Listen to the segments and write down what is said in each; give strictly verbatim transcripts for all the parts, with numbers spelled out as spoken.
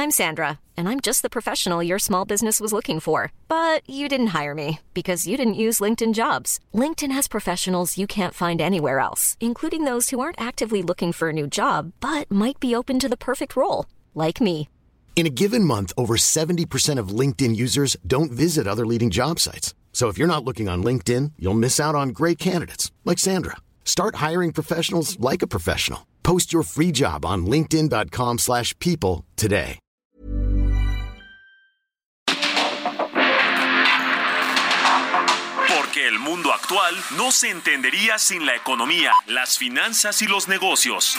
I'm Sandra, and I'm just the professional your small business was looking for. But you didn't hire me because you didn't use LinkedIn Jobs. LinkedIn has professionals you can't find anywhere else, including those who aren't actively looking for a new job, but might be open to the perfect role, like me. In a given month, over seventy percent of LinkedIn users don't visit other leading job sites. So if you're not looking on LinkedIn, you'll miss out on great candidates, like Sandra. Start hiring professionals like a professional. Post your free job on linkedin.com slash people today. Porque el mundo actual no se entendería sin la economía, las finanzas y los negocios.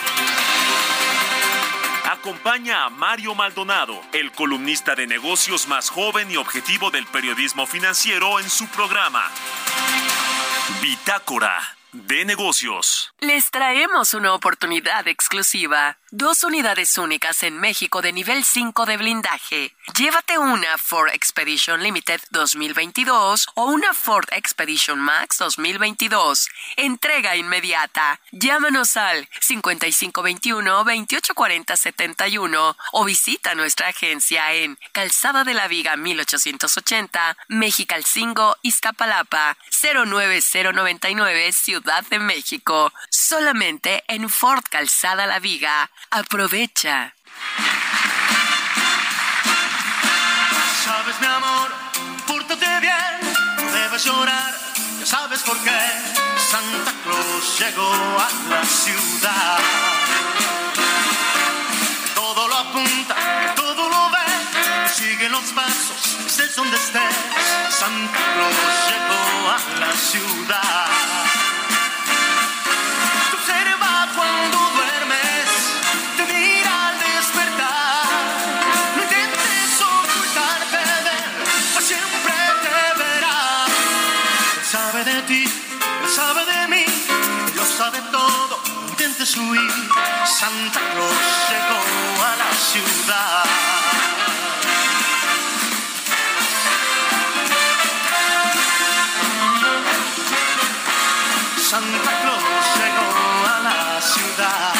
Acompaña a Mario Maldonado, el columnista de negocios más joven y objetivo del periodismo financiero, en su programa Bitácora de Negocios. Les traemos una oportunidad exclusiva. Dos unidades únicas en México de nivel cinco de blindaje. Llévate una Ford Expedition Limited dos mil veintidós o una Ford Expedition Max dos mil veintidós. Entrega inmediata. Llámanos al cincuenta y cinco veintiuno, veintiocho cuarenta setenta y uno o visita nuestra agencia en Calzada de la Viga mil ochocientos ochenta, Mexicalcingo, Iztapalapa, cero nueve cero nueve nueve, Ciudad de México. Solamente en Ford Calzada La Viga. Aprovecha. Sabes, mi amor, pórtate bien, no debes llorar, ya sabes por qué. Santa Claus llegó a la ciudad. Todo lo apunta, todo lo ve, sigue los pasos, estés donde estés. Santa Claus llegó a la ciudad. Te observa cuando duermes, te mira al despertar. No intentes ocultarte de él, pues siempre te verá. Él sabe de ti, él sabe de mí, lo sabe todo, no intentes huir. Santa Claus llegó a la ciudad. Santa Claus llegó a la ciudad.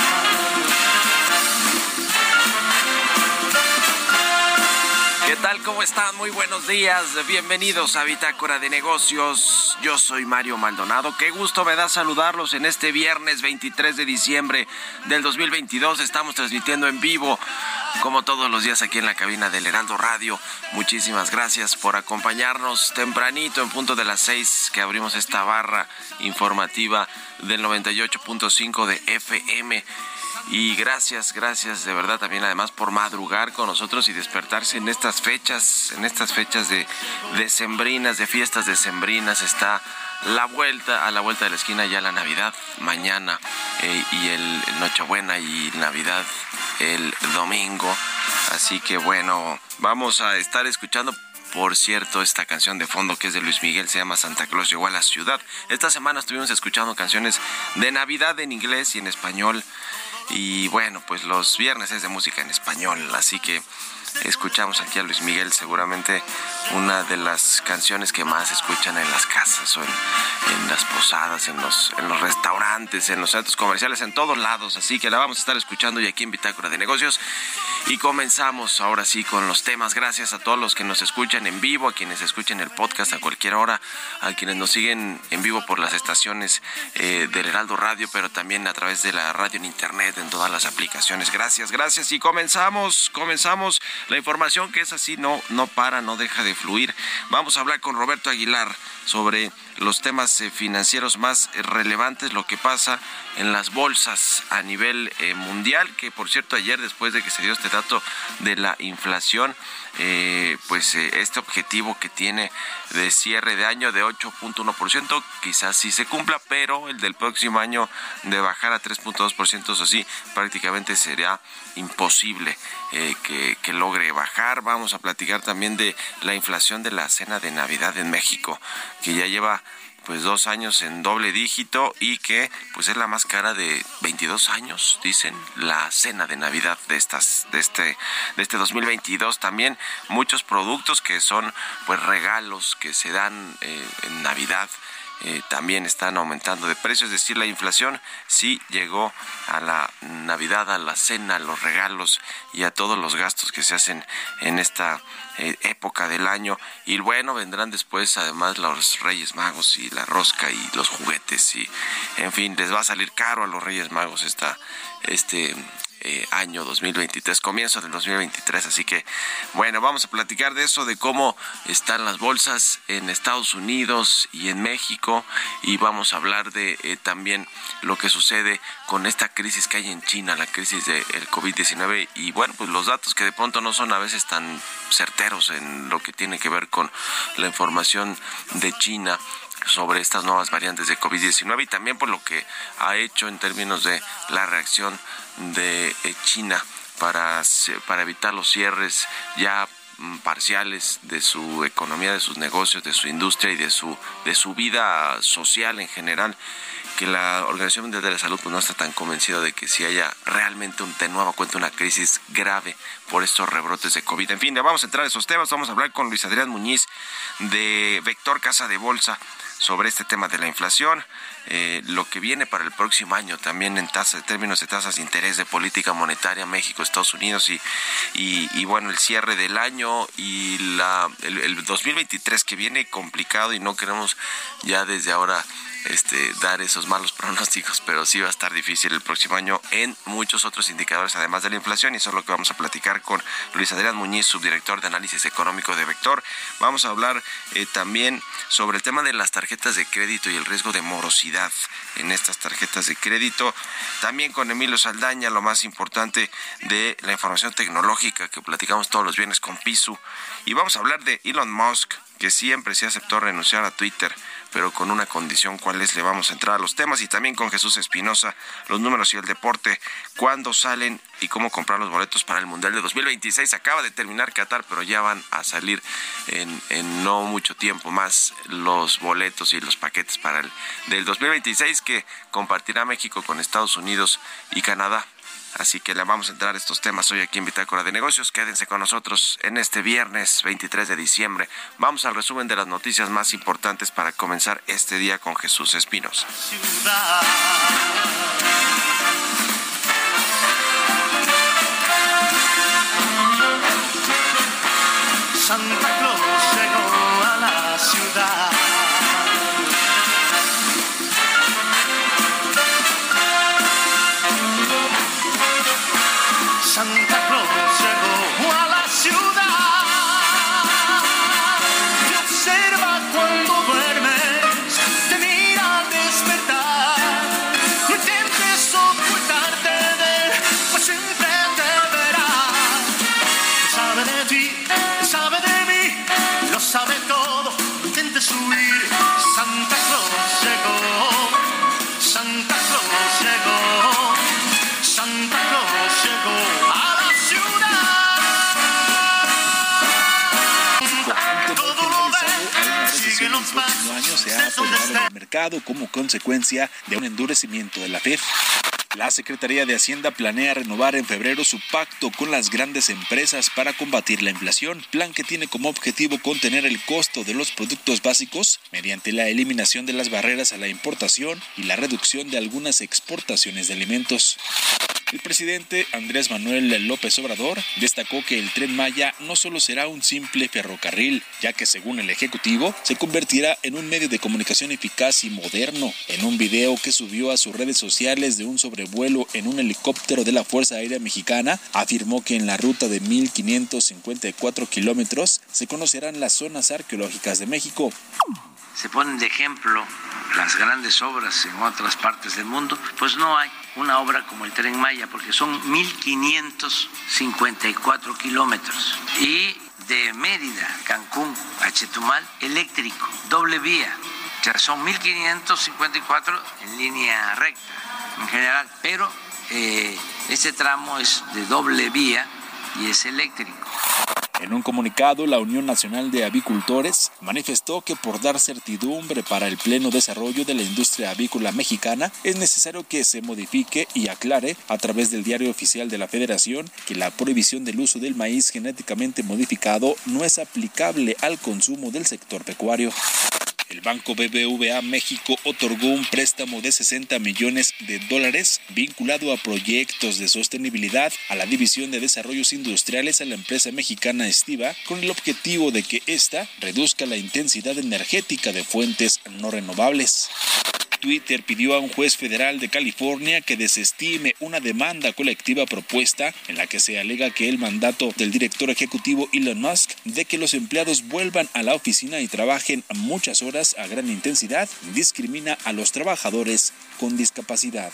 ¿Qué tal? ¿Cómo están? Muy buenos días. Bienvenidos a Bitácora de Negocios. Yo soy Mario Maldonado. Qué gusto me da saludarlos en este viernes veintitrés de diciembre del dos mil veintidós. Estamos transmitiendo en vivo, como todos los días, aquí en la cabina del Heraldo Radio. Muchísimas gracias por acompañarnos tempranito, en punto de las seis, que abrimos esta barra informativa del noventa y ocho punto cinco de F M. Y gracias, gracias de verdad también, además, por madrugar con nosotros y despertarse en estas fechas, en estas fechas de decembrinas, de fiestas decembrinas. Está la vuelta, a la vuelta de la esquina ya la Navidad mañana, eh, y el, el Nochebuena y Navidad el domingo. Así que bueno, vamos a estar escuchando, por cierto, esta canción de fondo que es de Luis Miguel, se llama Santa Claus llegó a la ciudad. Esta semana estuvimos escuchando canciones de Navidad en inglés y en español. Y bueno, pues los viernes es de música en español, así que escuchamos aquí a Luis Miguel, seguramente una de las canciones que más escuchan en las casas o en, en las posadas, en los, en los restaurantes, en los centros comerciales, en todos lados. Así que la vamos a estar escuchando y aquí en Bitácora de Negocios. Y comenzamos ahora sí con los temas. Gracias a todos los que nos escuchan en vivo, a quienes escuchen el podcast a cualquier hora, a quienes nos siguen en vivo por las estaciones eh, del Heraldo Radio, pero también a través de la radio en internet, en todas las aplicaciones. Gracias, gracias. Y comenzamos, comenzamos la información, que es así, no, no para, no deja de fluir. Vamos a hablar con Roberto Aguilar sobre los temas eh, financieros más eh, relevantes, lo que pasa en las bolsas a nivel eh, mundial, que por cierto ayer, después de que se dio este dato de la inflación, eh, pues eh, este objetivo que tiene de cierre de año de ocho punto uno por ciento, quizás sí se cumpla, pero el del próximo año de bajar a tres punto dos por ciento, eso sí, prácticamente sería imposible eh, que, que logre bajar. Vamos a platicar también de la inflación de la cena de Navidad en México, que ya lleva pues dos años en doble dígito y que pues es la más cara de veintidós años, dicen, la cena de Navidad de estas de este de este dos mil veintidós. También muchos productos que son pues regalos que se dan eh, en Navidad, eh, también están aumentando de precio, es decir, la inflación sí llegó a la Navidad, a la cena, a los regalos y a todos los gastos que se hacen en esta eh, época del año. Y bueno, vendrán después además los Reyes Magos y la rosca y los juguetes y en fin, les va a salir caro a los Reyes Magos esta este Eh, año dos mil veintitrés, comienzo del dos mil veintitrés, así que bueno, vamos a platicar de eso, de cómo están las bolsas en Estados Unidos y en México, y vamos a hablar de eh, también lo que sucede con esta crisis que hay en China, la crisis del COVID diecinueve, y bueno, pues los datos que de pronto no son a veces tan certeros en lo que tiene que ver con la información de China sobre estas nuevas variantes de COVID diecinueve, y también por lo que ha hecho en términos de la reacción de China para, para evitar los cierres ya parciales de su economía, de sus negocios, de su industria y de su de su vida social en general, que la Organización Mundial de la Salud pues no está tan convencida de que si haya realmente un, de nueva cuenta una crisis grave por estos rebrotes de COVID. En fin, ya vamos a entrar a esos temas, vamos a hablar con Luis Adrián Muñiz de Vector Casa de Bolsa sobre este tema de la inflación, eh, lo que viene para el próximo año también en tasa, en términos de tasas de interés, de política monetaria, México, Estados Unidos y, y, y bueno, el cierre del año y la el, el dos mil veintitrés que viene complicado, y no queremos ya desde ahora este dar esos malos pronósticos, pero sí va a estar difícil el próximo año en muchos otros indicadores, además de la inflación, y eso es lo que vamos a platicar con Luis Adrián Muñiz, subdirector de análisis económico de Vector. Vamos a hablar eh, también sobre el tema de las tarjetas de crédito y el riesgo de morosidad en estas tarjetas de crédito. También con Emilio Saldaña, lo más importante de la información tecnológica que platicamos todos los viernes con Pisu. Y vamos a hablar de Elon Musk, que siempre se aceptó renunciar a Twitter, pero con una condición. ¿Cuál es? Le vamos a entrar a los temas. Y también con Jesús Espinosa, los números y el deporte, cuándo salen y cómo comprar los boletos para el Mundial de dos mil veintiséis. Acaba de terminar Qatar, pero ya van a salir en, en no mucho tiempo más los boletos y los paquetes para el del dos mil veintiséis, que compartirá México con Estados Unidos y Canadá. Así que le vamos a entrar a estos temas hoy aquí en Bitácora de Negocios. Quédense con nosotros en este viernes veintitrés de diciembre. Vamos al resumen de las noticias más importantes para comenzar este día con Jesús Espinosa. Santa Claus llegó a la ciudad. Santa Claus llegó a la ciudad. Te observa cuando duermes, te mira al despertar. No intentes ocultarte de él, pues siempre te verá. Sabe de ti, sabe de mí, lo sabe todo, no intentes huir. Santa Claus llegó, Santa Claus llegó, Santa Claus llegó a la ciudad. Todo lo ve, sigue los pasos, año se ha aprobado en el mercado como consecuencia de un endurecimiento de la F E D. La Secretaría de Hacienda planea renovar en febrero su pacto con las grandes empresas para combatir la inflación, plan que tiene como objetivo contener el costo de los productos básicos mediante la eliminación de las barreras a la importación y la reducción de algunas exportaciones de alimentos. El presidente Andrés Manuel López Obrador destacó que el Tren Maya no solo será un simple ferrocarril, ya que según el Ejecutivo se convertirá en un medio de comunicación eficaz y moderno. En un video que subió a sus redes sociales de un sobrevuelo en un helicóptero de la Fuerza Aérea Mexicana, afirmó que en la ruta de mil quinientos cincuenta y cuatro kilómetros se conocerán las zonas arqueológicas de México. Se ponen de ejemplo las grandes obras en otras partes del mundo, pues no hay una obra como el Tren Maya, porque son mil quinientos cincuenta y cuatro kilómetros. Y de Mérida, Cancún a Chetumal, eléctrico, doble vía. O sea, son mil quinientos cincuenta y cuatro en línea recta en general, pero eh, este tramo es de doble vía y es eléctrico. En un comunicado, la Unión Nacional de Avicultores manifestó que por dar certidumbre para el pleno desarrollo de la industria avícola mexicana, es necesario que se modifique y aclare a través del Diario Oficial de la Federación que la prohibición del uso del maíz genéticamente modificado no es aplicable al consumo del sector pecuario. El banco B B V A México otorgó un préstamo de sesenta millones de dólares vinculado a proyectos de sostenibilidad a la División de Desarrollos Industriales a la empresa mexicana Estiva, con el objetivo de que ésta reduzca la intensidad energética de fuentes no renovables. Twitter pidió a un juez federal de California que desestime una demanda colectiva propuesta en la que se alega que el mandato del director ejecutivo Elon Musk de que los empleados vuelvan a la oficina y trabajen muchas horas a gran intensidad discrimina a los trabajadores con discapacidad.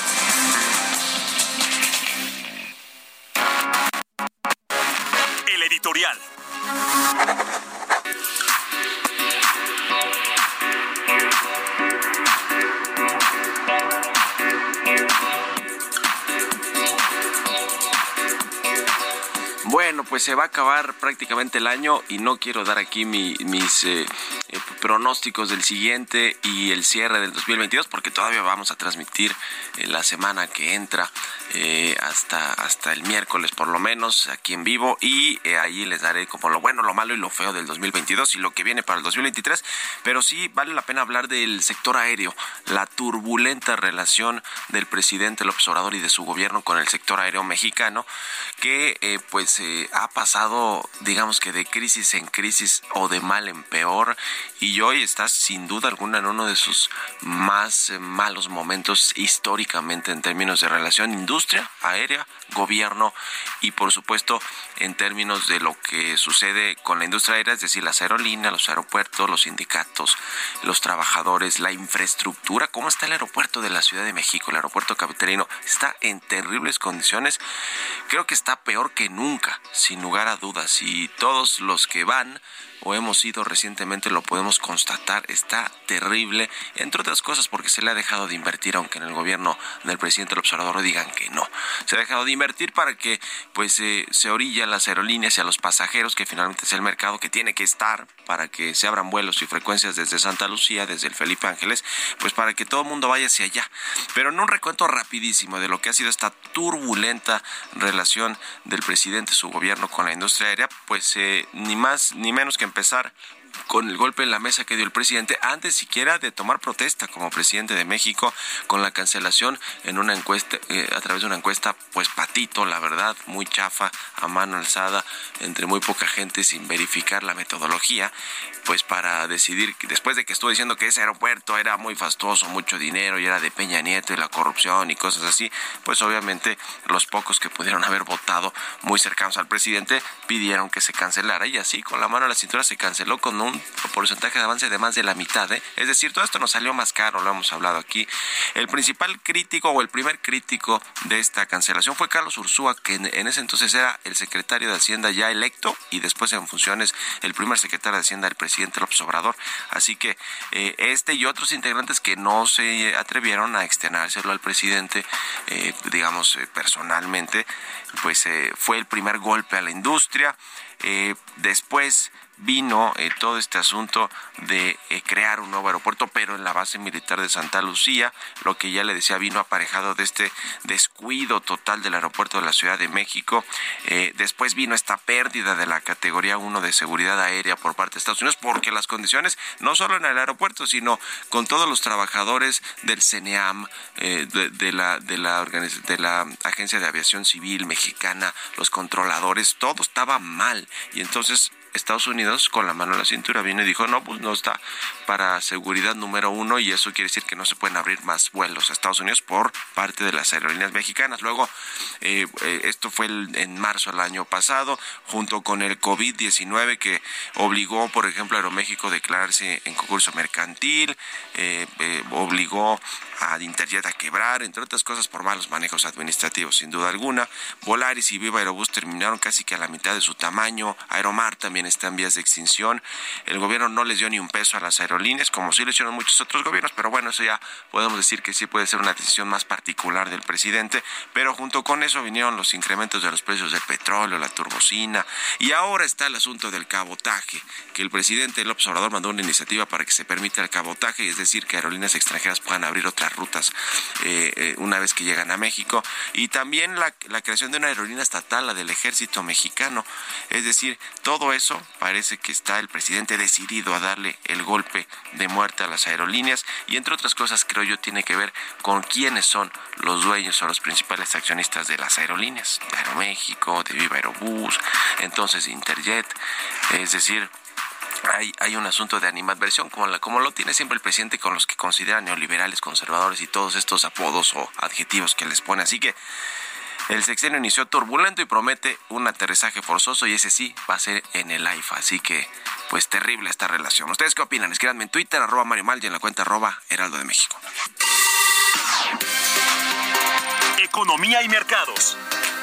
El editorial. Bueno, pues se va a acabar prácticamente el año y no quiero dar aquí mi, mis eh, eh, pronósticos del siguiente y el cierre del dos mil veintidós porque todavía vamos a transmitir eh, la semana que entra eh, hasta, hasta el miércoles por lo menos aquí en vivo y eh, ahí les daré como lo bueno, lo malo y lo feo del dos mil veintidós y lo que viene para el dos mil veintitrés, pero sí vale la pena hablar del sector aéreo, la turbulenta relación del presidente López Obrador y de su gobierno con el sector aéreo mexicano que eh, pues eh, ha pasado digamos que de crisis en crisis o de mal en peor y hoy está sin duda alguna en uno de sus más eh, malos momentos históricamente en términos de relación industria aérea, gobierno y por supuesto en términos de lo que sucede con la industria aérea, es decir, las aerolíneas, los aeropuertos, los sindicatos, los trabajadores, la infraestructura. ¿Cómo está el aeropuerto de la Ciudad de México? El aeropuerto capitalino está en terribles condiciones. Creo que está peor que nunca, sin lugar a dudas. Y todos los que van o hemos ido recientemente lo podemos constatar, está terrible, entre otras cosas porque se le ha dejado de invertir, aunque en el gobierno del presidente López Obrador digan que no. Se ha dejado de invertir para que pues eh, se orilla a las aerolíneas y a los pasajeros, que finalmente es el mercado que tiene que estar para que se abran vuelos y frecuencias desde Santa Lucía, desde el Felipe Ángeles, pues para que todo el mundo vaya hacia allá. Pero en un recuento rapidísimo de lo que ha sido esta turbulenta relación del presidente, su gobierno con la industria aérea, pues eh, ni más ni menos que empezar con el golpe en la mesa que dio el presidente antes siquiera de tomar protesta como presidente de México, con la cancelación en una encuesta, eh, a través de una encuesta pues patito, la verdad, muy chafa, a mano alzada, entre muy poca gente, sin verificar la metodología, pues para decidir, después de que estuvo diciendo que ese aeropuerto era muy fastuoso, mucho dinero y era de Peña Nieto y la corrupción y cosas así, pues obviamente los pocos que pudieron haber votado muy cercanos al presidente pidieron que se cancelara y así con la mano a la cintura se canceló con un porcentaje de avance de más de la mitad, ¿eh? Es decir, todo esto nos salió más caro, lo hemos hablado aquí. El principal crítico o el primer crítico de esta cancelación fue Carlos Ursúa, que en, en ese entonces era el secretario de Hacienda ya electo y después en funciones el primer secretario de Hacienda del presidente López Obrador. Así que eh, este y otros integrantes que no se atrevieron a externárselo al presidente, eh, digamos eh, personalmente, pues eh, fue el primer golpe a la industria. Eh, después vino eh, todo este asunto de eh, crear un nuevo aeropuerto, pero en la base militar de Santa Lucía, lo que ya le decía, vino aparejado de este descuido total del aeropuerto de la Ciudad de México. Eh, después vino esta pérdida de la categoría uno de seguridad aérea por parte de Estados Unidos, porque las condiciones, no solo en el aeropuerto, sino con todos los trabajadores del CENEAM, eh, de, de, la, de, la organiz- de la Agencia de Aviación Civil Mexicana, los controladores, todo estaba mal. Y entonces Estados Unidos, con la mano en la cintura, vino y dijo, no, pues no está para seguridad número uno, y eso quiere decir que no se pueden abrir más vuelos a Estados Unidos por parte de las aerolíneas mexicanas. Luego, eh, eh, esto fue el, en marzo del año pasado, junto con el COVID diecinueve, que obligó, por ejemplo, a Aeroméxico a declararse en concurso mercantil, eh, eh, obligó a Interjet a quebrar, entre otras cosas por malos manejos administrativos, sin duda alguna. Volaris y Viva Aerobús terminaron casi que a la mitad de su tamaño. Aeromar también está en vías de extinción. El gobierno no les dio ni un peso a las aerolíneas, como sí lo hicieron muchos otros gobiernos, pero bueno, eso ya podemos decir que sí puede ser una decisión más particular del presidente. Pero junto con eso vinieron los incrementos de los precios del petróleo, la turbocina, y ahora está el asunto del cabotaje, que el presidente López Obrador mandó una iniciativa para que se permita el cabotaje, es decir, que aerolíneas extranjeras puedan abrir otras rutas eh, eh, una vez que llegan a México, y también la, la creación de una aerolínea estatal, la del Ejército Mexicano. Es decir, todo eso eso parece que está el presidente decidido a darle el golpe de muerte a las aerolíneas y entre otras cosas creo yo tiene que ver con quiénes son los dueños o los principales accionistas de las aerolíneas, de Aeroméxico, de Viva Aerobús, entonces de Interjet, es decir, Hay, hay un asunto de animadversión, como, la, como lo tiene siempre el presidente con los que considera neoliberales, conservadores y todos estos apodos o adjetivos que les pone. Así que el sexenio inició turbulento y promete un aterrizaje forzoso y ese sí va a ser en el AIFA. Así que, pues terrible esta relación. ¿Ustedes qué opinan? Escríbanme en Twitter, arroba Mario Mal y en la cuenta arroba Heraldo de México. Economía y mercados.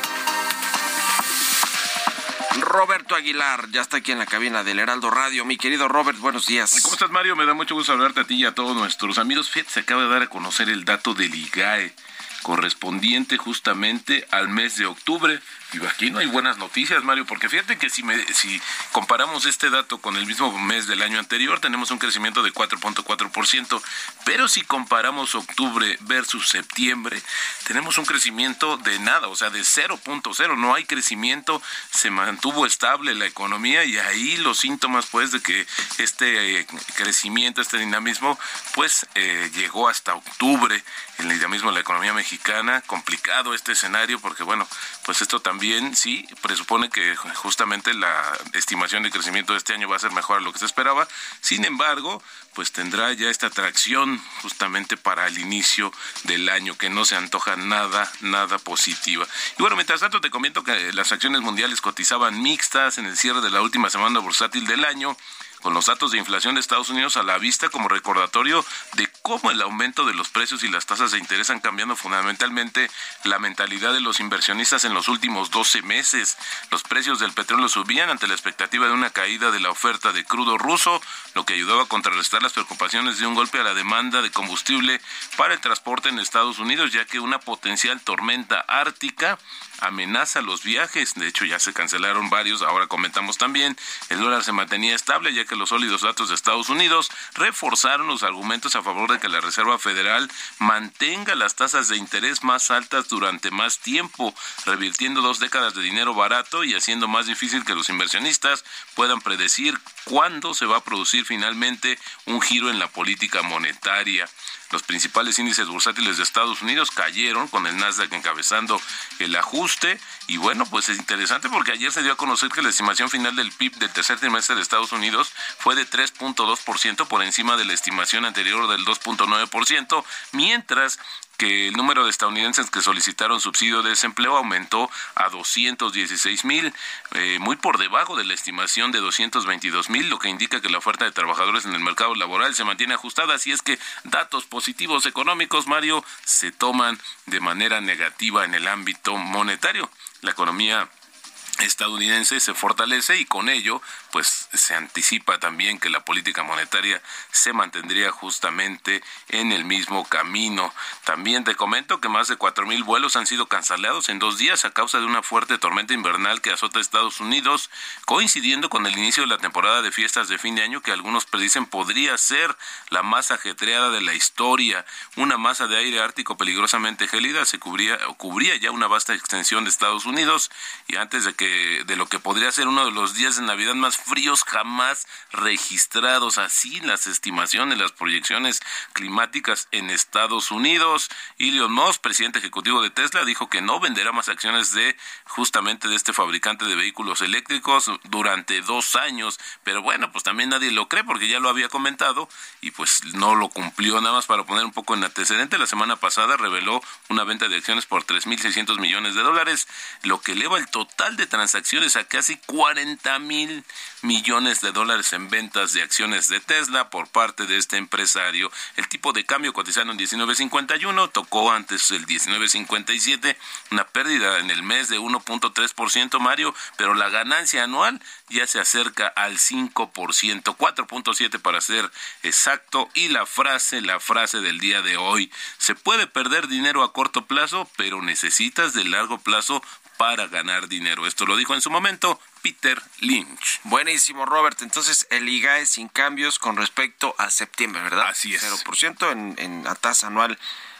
Roberto Aguilar ya está aquí en la cabina del Heraldo Radio. Mi querido Robert, buenos días. ¿Cómo estás, Mario? Me da mucho gusto hablarte a ti y a todos nuestros amigos. Fíjate, se acaba de dar a conocer el dato del I G A E correspondiente justamente al mes de octubre. Y aquí no hay buenas noticias, Mario, porque fíjate que si, me, si comparamos este dato con el mismo mes del año anterior, tenemos un crecimiento de cuatro punto cuatro por ciento, pero si comparamos octubre versus septiembre, tenemos un crecimiento de nada, o sea, de cero punto cero, no hay crecimiento, se mantuvo estable la economía y ahí los síntomas, pues, de que este eh, crecimiento, este dinamismo, pues, eh, llegó hasta octubre, el dinamismo de la economía mexicana, complicado este escenario, porque, bueno, pues esto también Bien, sí, presupone que justamente la estimación de crecimiento de este año va a ser mejor a lo que se esperaba. Sin embargo, pues tendrá ya esta atracción justamente para el inicio del año, que no se antoja nada, nada positiva. Y bueno, mientras tanto te comento que las acciones mundiales cotizaban mixtas en el cierre de la última semana bursátil del año, con los datos de inflación de Estados Unidos a la vista como recordatorio de cómo el aumento de los precios y las tasas de interés han cambiado fundamentalmente la mentalidad de los inversionistas en los últimos doce meses. Los precios del petróleo subían ante la expectativa de una caída de la oferta de crudo ruso, lo que ayudaba a contrarrestar las preocupaciones de un golpe a la demanda de combustible para el transporte en Estados Unidos, ya que una potencial tormenta ártica amenaza los viajes. De hecho, ya se cancelaron varios, ahora comentamos también. El dólar se mantenía estable, ya que los sólidos datos de Estados Unidos reforzaron los argumentos a favor de que la Reserva Federal mantenga las tasas de interés más altas durante más tiempo, revirtiendo dos décadas de dinero barato y haciendo más difícil que los inversionistas puedan predecir cuándo se va a producir finalmente un giro en la política monetaria. Los principales índices bursátiles de Estados Unidos cayeron, con el Nasdaq encabezando el ajuste. Y bueno, pues es interesante porque ayer se dio a conocer que la estimación final del P I B del tercer trimestre de Estados Unidos fue de tres punto dos por ciento por encima de la estimación anterior del dos punto nueve por ciento, mientras que el número de estadounidenses que solicitaron subsidio de desempleo aumentó a doscientos dieciséis mil, eh, muy por debajo de la estimación de doscientos veintidós mil, lo que indica que la oferta de trabajadores en el mercado laboral se mantiene ajustada. Así es que datos positivos económicos, Mario, se toman de manera negativa en el ámbito monetario. La economía estadounidense se fortalece y con ello pues se anticipa también que la política monetaria se mantendría justamente en el mismo camino. También te comento que más de cuatro mil vuelos han sido cancelados en dos días a causa de una fuerte tormenta invernal que azota Estados Unidos, coincidiendo con el inicio de la temporada de fiestas de fin de año que algunos predicen podría ser la más ajetreada de la historia. Una masa de aire ártico peligrosamente gélida se cubría, cubría ya una vasta extensión de Estados Unidos y antes de que de lo que podría ser uno de los días de Navidad más fríos jamás registrados, así las estimaciones, las proyecciones climáticas en Estados Unidos. Elon Musk, presidente ejecutivo de Tesla, dijo que no venderá más acciones de justamente de este fabricante de vehículos eléctricos durante dos años, pero bueno, pues también nadie lo cree porque ya lo había comentado y pues no lo cumplió. Nada más para poner un poco en antecedente, la semana pasada reveló una venta de acciones por tres mil seiscientos millones de dólares, lo que eleva el total de transacciones a casi cuarenta mil millones de dólares en ventas de acciones de Tesla por parte de este empresario. El tipo de cambio cotizando en diecinueve cincuenta y uno, tocó antes el diecinueve cincuenta y siete, una pérdida en el mes de uno punto tres por ciento, Mario, pero la ganancia anual ya se acerca al cinco por ciento, cuatro punto siete para ser exacto. Y la frase, la frase del día de hoy: se puede perder dinero a corto plazo, pero necesitas de largo plazo para ganar dinero. Esto lo dijo en su momento Peter Lynch. Buenísimo, Robert. Entonces, el I G A E sin cambios con respecto a septiembre, ¿verdad? Así es. cero por ciento en, en la tasa anual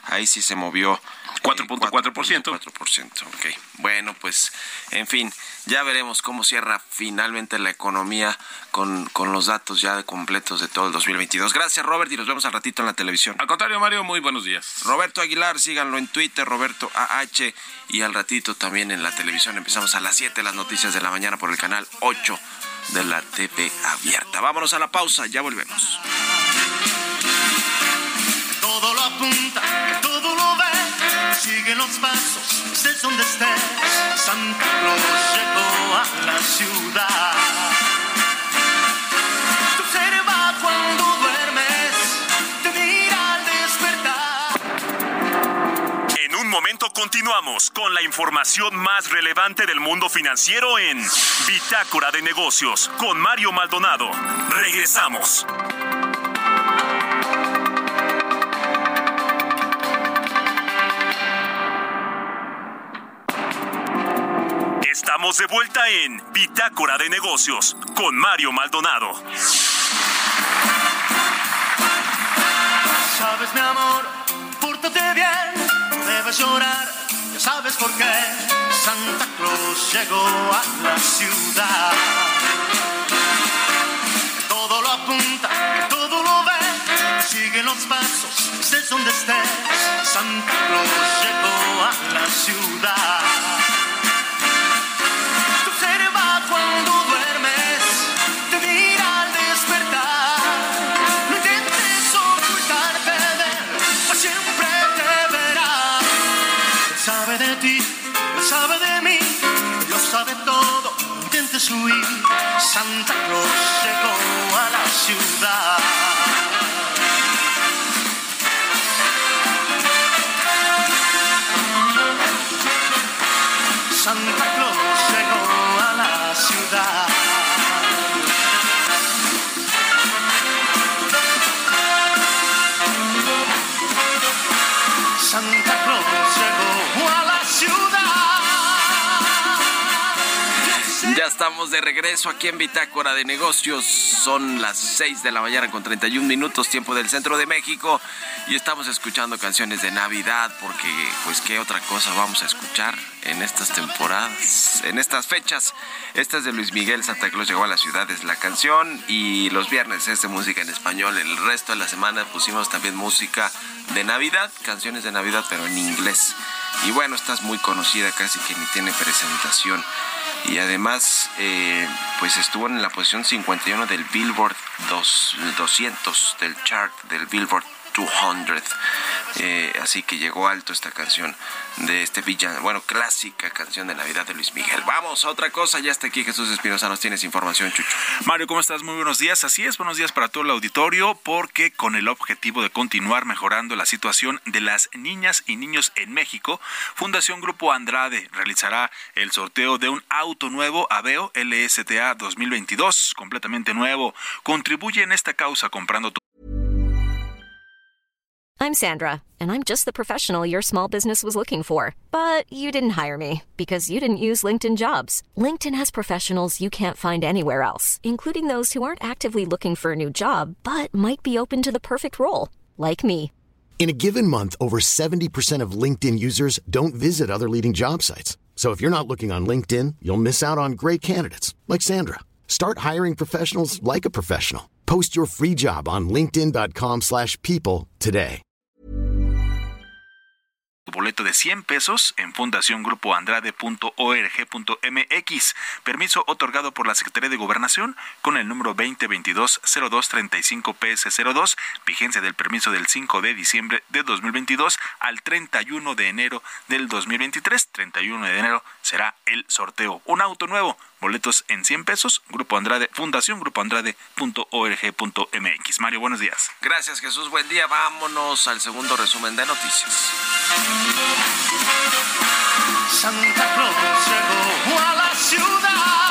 ahí sí se movió cuatro punto cuatro por ciento. cuatro punto cuatro por ciento, ok. Bueno, pues, en fin, ya veremos cómo cierra finalmente la economía con, con los datos ya completos de todo el dos mil veintidós. Gracias, Robert, y nos vemos al ratito en la televisión. Al contrario, Mario, muy buenos días. Roberto Aguilar, síganlo en Twitter, Roberto A H, y al ratito también en la televisión. Empezamos a las siete las noticias de la mañana por el canal ocho de la T V abierta. Vámonos a la pausa, ya volvemos. Todo lo apunta, todo lo ve, sigue los pasos, estés donde estés. Santa Claus llegó a la ciudad. Te observa cuando duermes, te mira al despertar. En un momento continuamos con la información más relevante del mundo financiero en Bitácora de Negocios con Mario Maldonado. Regresamos. Estamos de vuelta en Bitácora de Negocios con Mario Maldonado. Sabes, mi amor, pórtate bien, no debes llorar, ya sabes por qué. Santa Claus llegó a la ciudad. Todo lo apunta, todo lo ve, sigue los pasos, estés donde estés. Santa Claus llegó a la ciudad. Cuando duermes, te mira al despertar. No intentes ocultarte de él, pues siempre te verá. Él sabe de ti, él sabe de mí, Dios sabe todo, no intentes huir. Santa Claus llegó a la ciudad. Santa Claus llegó a la ciudad. Santa Claus llegó a la ciudad. Ya estamos de regreso aquí en Bitácora de Negocios. Son las seis de la mañana con treinta y un minutos, tiempo del centro de México. Y estamos escuchando canciones de Navidad porque, pues, ¿qué otra cosa vamos a escuchar en estas temporadas, en estas fechas? Esta es de Luis Miguel, Santa Claus llegó a la ciudad, es la canción. Y los viernes es de música en español. El resto de la semana pusimos también música de Navidad, canciones de Navidad, pero en inglés. Y bueno, esta es muy conocida, casi que ni tiene presentación. Y además, eh, pues estuvo en la posición cincuenta y uno del Billboard doscientos, del chart del Billboard doscientos. Eh, así que llegó alto esta canción de este villano, bueno, clásica canción de Navidad de Luis Miguel. Vamos a otra cosa, ya está aquí Jesús Espinosa, nos tienes información, Chucho. Mario, ¿cómo estás? Muy buenos días. Así es, buenos días para todo el auditorio, porque con el objetivo de continuar mejorando la situación de las niñas y niños en México, Fundación Grupo Andrade realizará el sorteo de un auto nuevo Aveo L S T A dos mil veintidós, completamente nuevo. Contribuye en esta causa comprando tu... I'm Sandra, and I'm just the professional your small business was looking for. But you didn't hire me because you didn't use LinkedIn Jobs. LinkedIn has professionals you can't find anywhere else, including those who aren't actively looking for a new job, but might be open to the perfect role, like me. In a given month, over seventy percent of LinkedIn users don't visit other leading job sites. So if you're not looking on LinkedIn, you'll miss out on great candidates like Sandra. Start hiring professionals like a professional. Post your free job on linkedin dot com slash people today. Boleto de cien pesos en fundación grupo andrade punto org punto m x. Permiso otorgado por la Secretaría de Gobernación con el número veinte veintidós cero dos treinta y cinco P S cero dos. Vigencia del permiso del cinco de diciembre de dos mil veintidós al treinta y uno de enero del dos mil veintitrés. treinta y uno de enero será el sorteo. Un auto nuevo. Boletos en cien pesos. Grupo Andrade, fundación grupo andrade punto org punto m x. Mario, buenos días. Gracias, Jesús. Buen día. Vámonos al segundo resumen de noticias. Santa Claus llegó a la ciudad.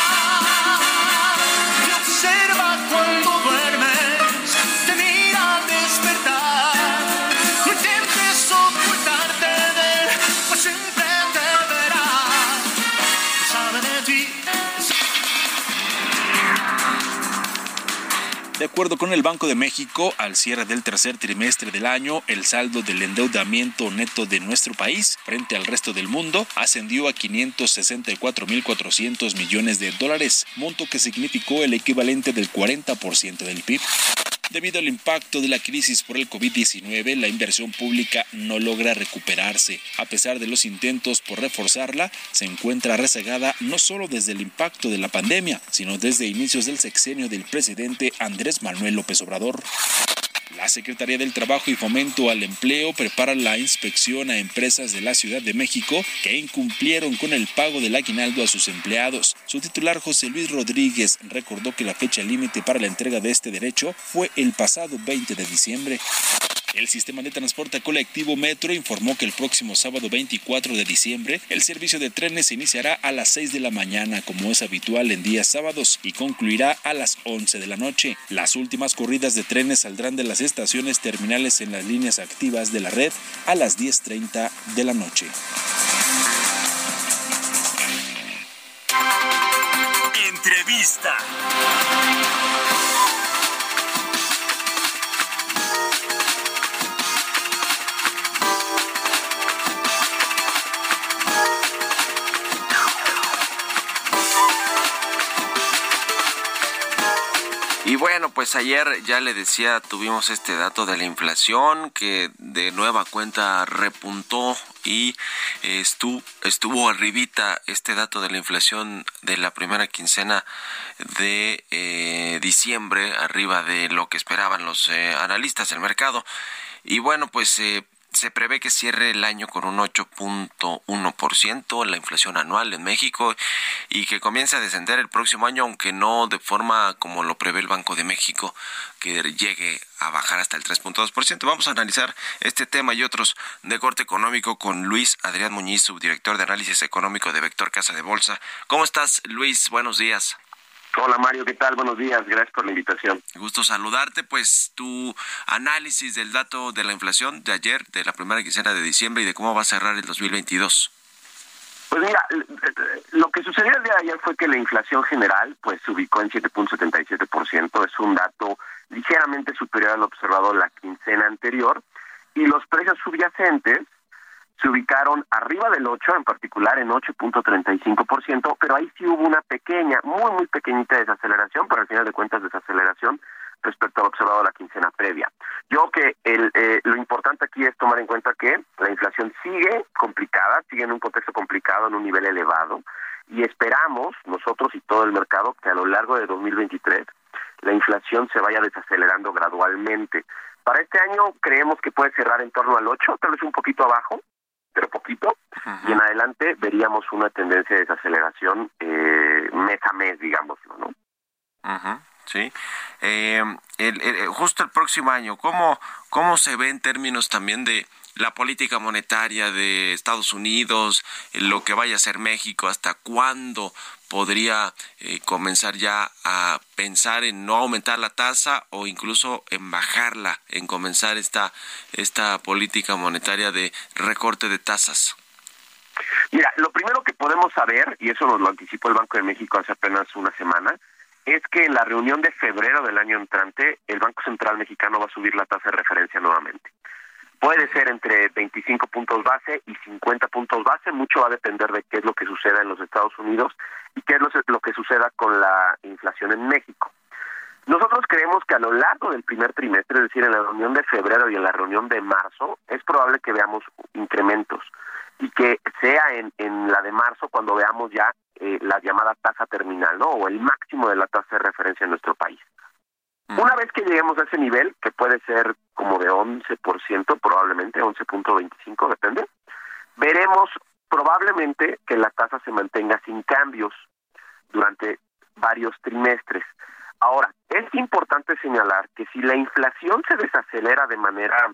Te observa cuando duermes, te mira al despertar. No intentes ocultarte de él, pues siempre te verá. Sabe de ti. De acuerdo con el Banco de México, al cierre del tercer trimestre del año, el saldo del endeudamiento neto de nuestro país frente al resto del mundo ascendió a quinientos sesenta y cuatro mil cuatrocientos millones de dólares, monto que significó el equivalente del cuarenta por ciento del P I B. Debido al impacto de la crisis por el COVID diecinueve, la inversión pública no logra recuperarse. A pesar de los intentos por reforzarla, se encuentra rezagada no solo desde el impacto de la pandemia, sino desde inicios del sexenio del presidente Andrés Manuel López Obrador. La Secretaría del Trabajo y Fomento al Empleo prepara la inspección a empresas de la Ciudad de México que incumplieron con el pago del aguinaldo a sus empleados. Su titular, José Luis Rodríguez, recordó que la fecha límite para la entrega de este derecho fue el pasado veinte de diciembre. El sistema de transporte colectivo Metro informó que el próximo sábado veinticuatro de diciembre el servicio de trenes se iniciará a las seis de la mañana, como es habitual en días sábados, y concluirá a las once de la noche. Las últimas corridas de trenes saldrán de las estaciones terminales en las líneas activas de la red a las diez treinta de la noche. Entrevista. Y bueno, pues ayer ya le decía, tuvimos este dato de la inflación que de nueva cuenta repuntó y estuvo, estuvo arribita este dato de la inflación de la primera quincena de eh, diciembre, arriba de lo que esperaban los eh, analistas del mercado. Y bueno, pues eh, se prevé que cierre el año con un ocho punto uno por ciento la inflación anual en México y que comience a descender el próximo año, aunque no de forma como lo prevé el Banco de México, que llegue a bajar hasta el tres punto dos por ciento. Vamos a analizar este tema y otros de corte económico con Luis Adrián Muñiz, subdirector de análisis económico de Vector Casa de Bolsa. ¿Cómo estás, Luis? Buenos días. Hola Mario, ¿qué tal? Buenos días, gracias por la invitación. Gusto saludarte, pues tu análisis del dato de la inflación de ayer, de la primera quincena de diciembre y de cómo va a cerrar el dos mil veintidós. Pues mira, lo que sucedió el día de ayer fue que la inflación general pues se ubicó en siete punto setenta y siete por ciento, es un dato ligeramente superior al observado la quincena anterior, y los precios subyacentes se ubicaron arriba del ocho, en particular en ocho punto treinta y cinco por ciento, pero ahí sí hubo una pequeña, muy muy pequeñita desaceleración, pero al final de cuentas desaceleración respecto al observado la quincena previa. Yo que el, eh, lo importante aquí es tomar en cuenta que la inflación sigue complicada, sigue en un contexto complicado, en un nivel elevado, y esperamos nosotros y todo el mercado que a lo largo de dos mil veintitrés la inflación se vaya desacelerando gradualmente. Para este año creemos que puede cerrar en torno al ocho, tal vez un poquito abajo, pero poquito, uh-huh. Y en adelante veríamos una tendencia de desaceleración eh, mes a mes, digámoslo, ¿no? Uh-huh. Sí. Eh, el, el, justo el próximo año, ¿cómo, cómo se ve en términos también de la política monetaria de Estados Unidos, lo que vaya a hacer México, hasta cuándo podría eh, comenzar ya a pensar en no aumentar la tasa o incluso en bajarla, en comenzar esta esta política monetaria de recorte de tasas? Mira, lo primero que podemos saber, y eso nos lo anticipó el Banco de México hace apenas una semana, es que en la reunión de febrero del año entrante, el Banco Central Mexicano va a subir la tasa de referencia nuevamente. Puede ser entre veinticinco puntos base y cincuenta puntos base, mucho va a depender de qué es lo que suceda en los Estados Unidos y qué es lo, lo que suceda con la inflación en México. Nosotros creemos que a lo largo del primer trimestre, es decir, en la reunión de febrero y en la reunión de marzo, es probable que veamos incrementos y que sea en, en la de marzo cuando veamos ya eh, la llamada tasa terminal, ¿no? O el máximo de la tasa de referencia en nuestro país. Una vez que lleguemos a ese nivel, que puede ser como de once por ciento, probablemente once punto veinticinco, depende, veremos probablemente que la tasa se mantenga sin cambios durante varios trimestres. Ahora, es importante señalar que si la inflación se desacelera de manera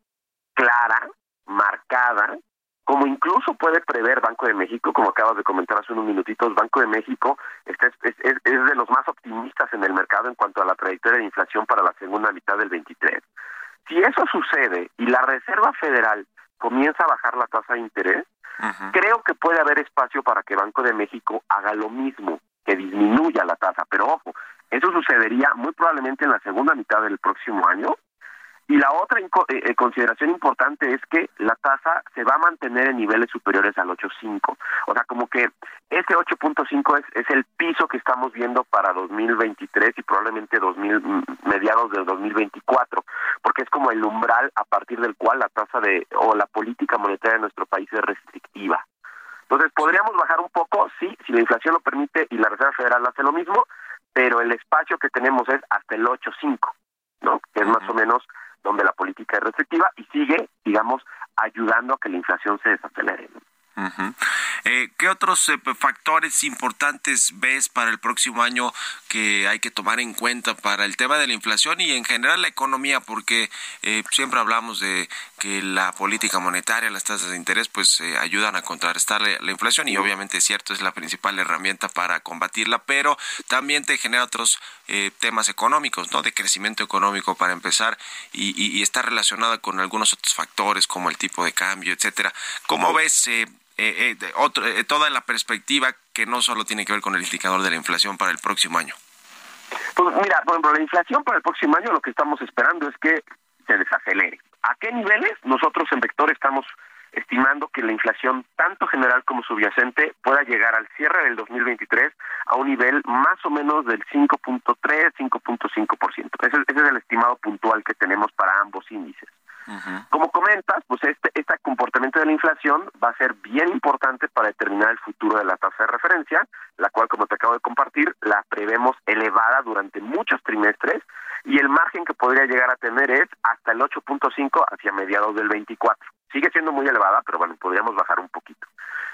clara, marcada, como incluso puede prever Banco de México, como acabas de comentar hace unos minutitos, Banco de México está, es, es, es de los más optimistas en el mercado en cuanto a la trayectoria de inflación para la segunda mitad del veintitrés. Si eso sucede y la Reserva Federal comienza a bajar la tasa de interés, uh-huh. creo que puede haber espacio para que Banco de México haga lo mismo, que disminuya la tasa. Pero ojo, eso sucede sucedería muy probablemente en la segunda mitad del próximo año. Y la otra eh, consideración importante es que la tasa se va a mantener en niveles superiores al ocho punto cinco. O sea, como que ese ocho punto cinco es, es el piso que estamos viendo para dos mil veintitrés y probablemente dos mil, mediados del dos mil veinticuatro, porque es como el umbral a partir del cual la tasa de o la política monetaria de nuestro país es restrictiva. Entonces, podríamos bajar un poco, sí, si la inflación lo permite y la Reserva Federal hace lo mismo, pero el espacio que tenemos es hasta el ocho punto cinco, ¿no? Que es más o menos donde la política es restrictiva y sigue, digamos, ayudando a que la inflación se desacelere, ¿no? Uh-huh. Eh, ¿Qué otros eh, factores importantes ves para el próximo año que hay que tomar en cuenta para el tema de la inflación y en general la economía? Porque eh, siempre hablamos de que la política monetaria, las tasas de interés, pues eh, ayudan a contrarrestar la, la inflación y obviamente es cierto, es la principal herramienta para combatirla, pero también te genera otros eh, temas económicos, ¿no? De crecimiento económico para empezar y, y, y está relacionada con algunos otros factores como el tipo de cambio, etcétera. ¿Cómo ves eh, Eh, eh, otro, eh, toda la perspectiva que no solo tiene que ver con el indicador de la inflación para el próximo año? Pues mira, por ejemplo, la inflación para el próximo año lo que estamos esperando es que se desacelere. ¿A qué niveles? Nosotros en Vector estamos estimando que la inflación, tanto general como subyacente, pueda llegar al cierre del dos mil veintitrés a un nivel más o menos del cinco punto tres, cinco punto cinco por ciento. Ese, ese es el estimado puntual que tenemos para ambos índices. Uh-huh. Como comentas, pues este, este comportamiento de la inflación va a ser bien importante para determinar el futuro de la tasa de referencia, la cual, como te acabo de compartir, la prevemos elevada durante muchos trimestres y el margen que podría llegar a tener es hasta el ocho punto cinco hacia mediados del veinticuatro. Sigue siendo muy elevada, pero bueno, podríamos bajar un poquito.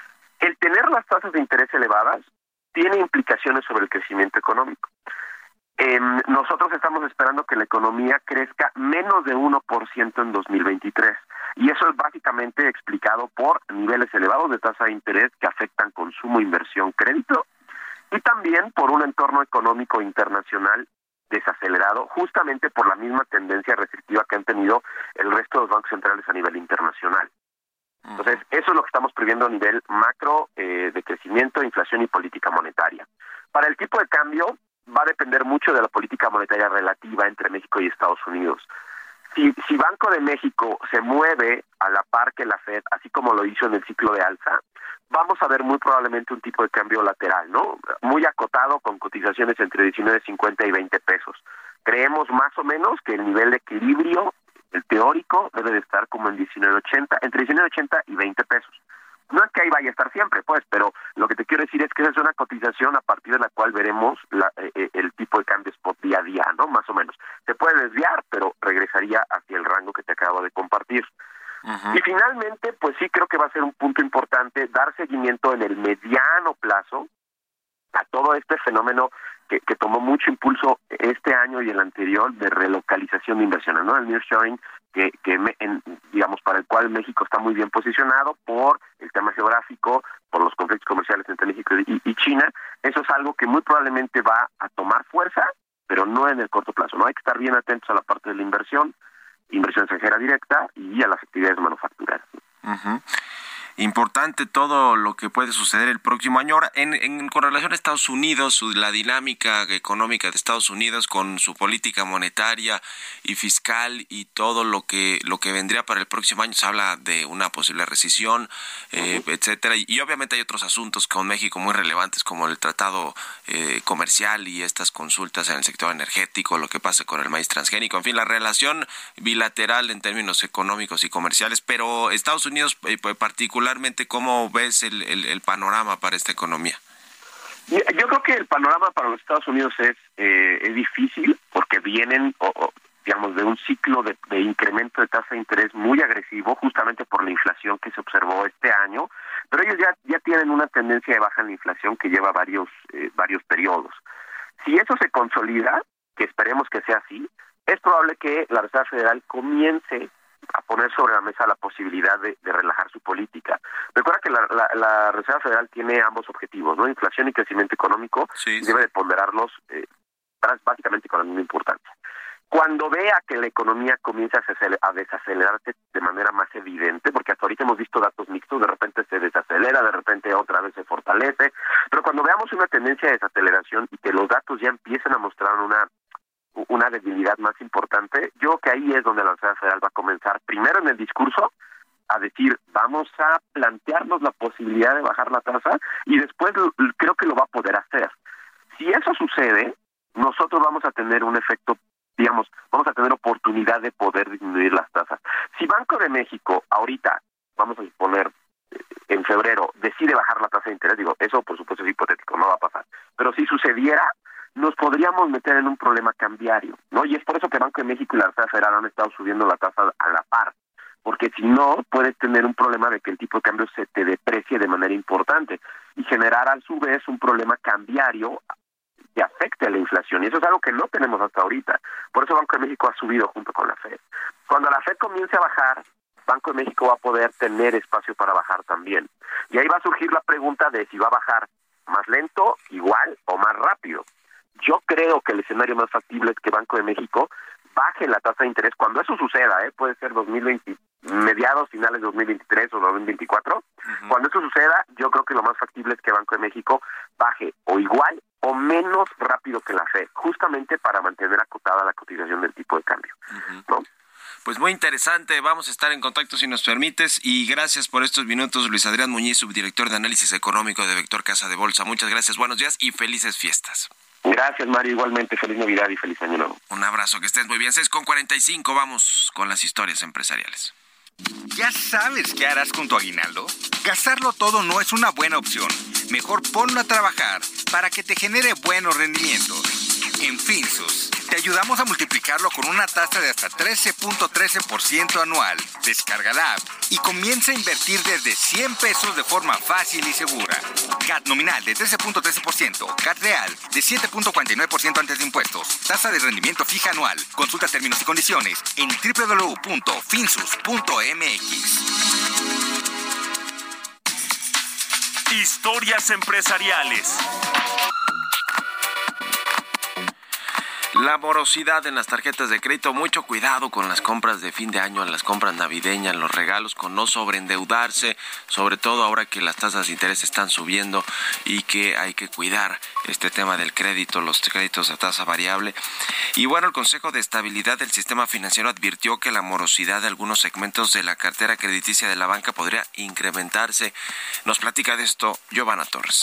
El tener las tasas de interés elevadas tiene implicaciones sobre el crecimiento económico. Eh, nosotros estamos esperando que la economía crezca menos de uno por ciento en dos mil veintitrés y eso es básicamente explicado por niveles elevados de tasa de interés que afectan consumo, inversión, crédito y también por un entorno económico internacional desacelerado justamente por la misma tendencia restrictiva que han tenido el resto de los bancos centrales a nivel internacional. Entonces, eso es lo que estamos previendo a nivel macro eh, de crecimiento, inflación y política monetaria. Para el tipo de cambio, va a depender mucho de la política monetaria relativa entre México y Estados Unidos. Si, si Banco de México se mueve a la par que la Fed, así como lo hizo en el ciclo de alza, vamos a ver muy probablemente un tipo de cambio lateral, ¿no? Muy acotado con cotizaciones entre diecinueve cincuenta y veinte pesos. Creemos más o menos que el nivel de equilibrio, el teórico, debe de estar como en diecinueve ochenta, entre diecinueve ochenta y veinte pesos. No es que ahí vaya a estar siempre, pues, pero lo que te quiero decir es que esa es una cotización a partir de la cual veremos la, eh, el tipo de cambio spot día a día, ¿no? Más o menos. Se puede desviar, pero regresaría hacia el rango que te acabo de compartir. Uh-huh. Y finalmente, pues sí creo que va a ser un punto importante dar seguimiento en el mediano plazo a todo este fenómeno que, que tomó mucho impulso este año y el anterior de relocalización de inversiones, ¿no? El nearshoring, que, que me, en, digamos, para el cual México está muy bien posicionado por el tema geográfico, por los conflictos comerciales entre México y, y China. Eso es algo que muy probablemente va a tomar fuerza, pero no en el corto plazo, ¿no? Hay que estar bien atentos a la parte de la inversión, inversión extranjera directa y a las actividades manufactureras. Uh-huh. Importante todo lo que puede suceder el próximo año. Ahora, en, en con relación a Estados Unidos, su, la dinámica económica de Estados Unidos con su política monetaria y fiscal y todo lo que lo que vendría para el próximo año, se habla de una posible recesión, eh, uh-huh. etcétera. Y, y obviamente hay otros asuntos con México muy relevantes como el tratado eh, comercial y estas consultas en el sector energético, lo que pasa con el maíz transgénico, en fin, la relación bilateral en términos económicos y comerciales. Pero Estados Unidos, eh, particularmente, ¿cómo ves el, el, el panorama para esta economía? Yo creo que el panorama para los Estados Unidos es, eh, es difícil porque vienen, o, o, digamos, de un ciclo de, de incremento de tasa de interés muy agresivo, justamente por la inflación que se observó este año, pero ellos ya, ya tienen una tendencia de baja en la inflación que lleva varios, eh, varios periodos. Si eso se consolida, que esperemos que sea así, es probable que la Reserva Federal comience a poner sobre la mesa la posibilidad de, de relajar su política. Recuerda que la, la, la Reserva Federal tiene ambos objetivos, ¿no? Inflación y crecimiento económico, sí, sí. Debe de ponderarlos eh, básicamente con la misma importancia. Cuando vea que la economía comienza a desacelerarse de manera más evidente, porque hasta ahorita hemos visto datos mixtos, de repente se desacelera, de repente otra vez se fortalece, pero cuando veamos una tendencia de desaceleración y que los datos ya empiecen a mostrar una una debilidad más importante, yo creo que ahí es donde la Reserva Federal va a comenzar, primero en el discurso, a decir, vamos a plantearnos la posibilidad de bajar la tasa, y después creo que lo va a poder hacer. Si eso sucede, nosotros vamos a tener un efecto, digamos, vamos a tener oportunidad de poder disminuir las tasas. Si Banco de México ahorita, vamos a suponer, en febrero, decide bajar la tasa de interés, digo, eso por supuesto es hipotético, no va a pasar, pero si sucediera, nos podríamos meter en un problema cambiario, ¿no? Y es por eso que Banco de México y la Reserva Federal han estado subiendo la tasa a la par, porque si no, puedes tener un problema de que el tipo de cambio se te deprecie de manera importante y generar a su vez un problema cambiario que afecte a la inflación, y eso es algo que no tenemos hasta ahorita. Por eso Banco de México ha subido junto con la Fed. Cuando la Fed comience a bajar, Banco de México va a poder tener espacio para bajar también. Y ahí va a surgir la pregunta de si va a bajar más lento, igual o más rápido. Yo creo que el escenario más factible es que Banco de México baje la tasa de interés. Cuando eso suceda, ¿eh? puede ser dos mil veinte, mediados, finales de dos mil veintitrés o dos mil veinticuatro. Uh-huh. Cuando eso suceda, yo creo que lo más factible es que Banco de México baje o igual o menos rápido que la Fed, justamente para mantener acotada la cotización del tipo de cambio, uh-huh. ¿no? Pues muy interesante, vamos a estar en contacto si nos permites, y gracias por estos minutos, Luis Adrián Muñiz, subdirector de análisis económico de Vector Casa de Bolsa. Muchas gracias, buenos días y felices fiestas. Gracias, Mario, igualmente, feliz Navidad y feliz Año Nuevo. Un abrazo, que estés muy bien. seis con cuarenta y cinco, vamos con las historias empresariales. ¿Ya sabes qué harás con tu aguinaldo? Gastarlo todo no es una buena opción. Mejor ponlo a trabajar para que te genere buenos rendimientos. En Finsus, te ayudamos a multiplicarlo con una tasa de hasta trece punto trece por ciento anual. Descarga la app y comienza a invertir desde cien pesos de forma fácil y segura. C A T nominal de trece punto trece por ciento, C A T real de siete punto cuarenta y nueve por ciento antes de impuestos. Tasa de rendimiento fija anual. Consulta términos y condiciones en doble u doble u doble u punto finsus punto m x. Historias empresariales. La morosidad en las tarjetas de crédito, mucho cuidado con las compras de fin de año, las compras navideñas, los regalos, con no sobreendeudarse, sobre todo ahora que las tasas de interés están subiendo y que hay que cuidar este tema del crédito, los créditos a tasa variable. Y bueno, el Consejo de Estabilidad del Sistema Financiero advirtió que la morosidad de algunos segmentos de la cartera crediticia de la banca podría incrementarse. Nos platica de esto Giovanna Torres.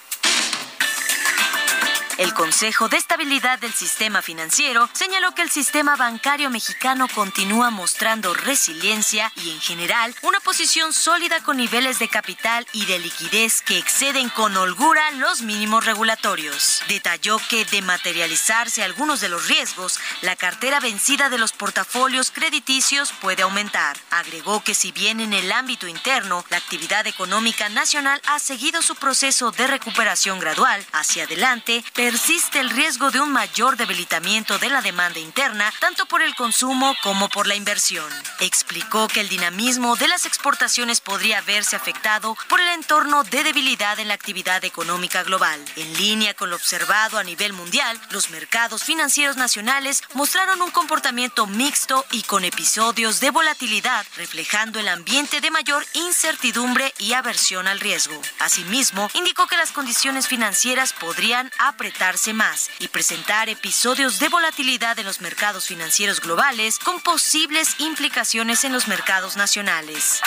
El Consejo de Estabilidad del Sistema Financiero señaló que el sistema bancario mexicano continúa mostrando resiliencia y, en general, una posición sólida con niveles de capital y de liquidez que exceden con holgura los mínimos regulatorios. Detalló que, de materializarse algunos de los riesgos, la cartera vencida de los portafolios crediticios puede aumentar. Agregó que, si bien en el ámbito interno la actividad económica nacional ha seguido su proceso de recuperación gradual hacia adelante, persiste el riesgo de un mayor debilitamiento de la demanda interna, tanto por el consumo como por la inversión. Explicó que el dinamismo de las exportaciones podría verse afectado por el entorno de debilidad en la actividad económica global. En línea con lo observado a nivel mundial, los mercados financieros nacionales mostraron un comportamiento mixto y con episodios de volatilidad, reflejando el ambiente de mayor incertidumbre y aversión al riesgo. Asimismo, indicó que las condiciones financieras podrían apretar más y presentar episodios de volatilidad en los mercados financieros globales con posibles implicaciones en los mercados nacionales.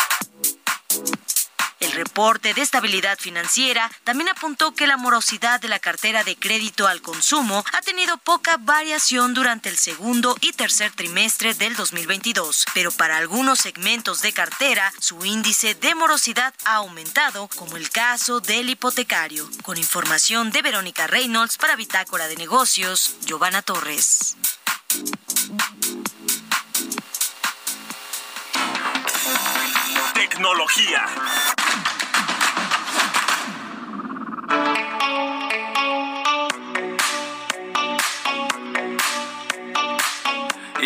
El reporte de estabilidad financiera también apuntó que la morosidad de la cartera de crédito al consumo ha tenido poca variación durante el segundo y tercer trimestre del dos mil veintidós, pero para algunos segmentos de cartera su índice de morosidad ha aumentado, como el caso del hipotecario. Con información de Verónica Reynolds para Bitácora de Negocios, Giovanna Torres. Tecnología. Y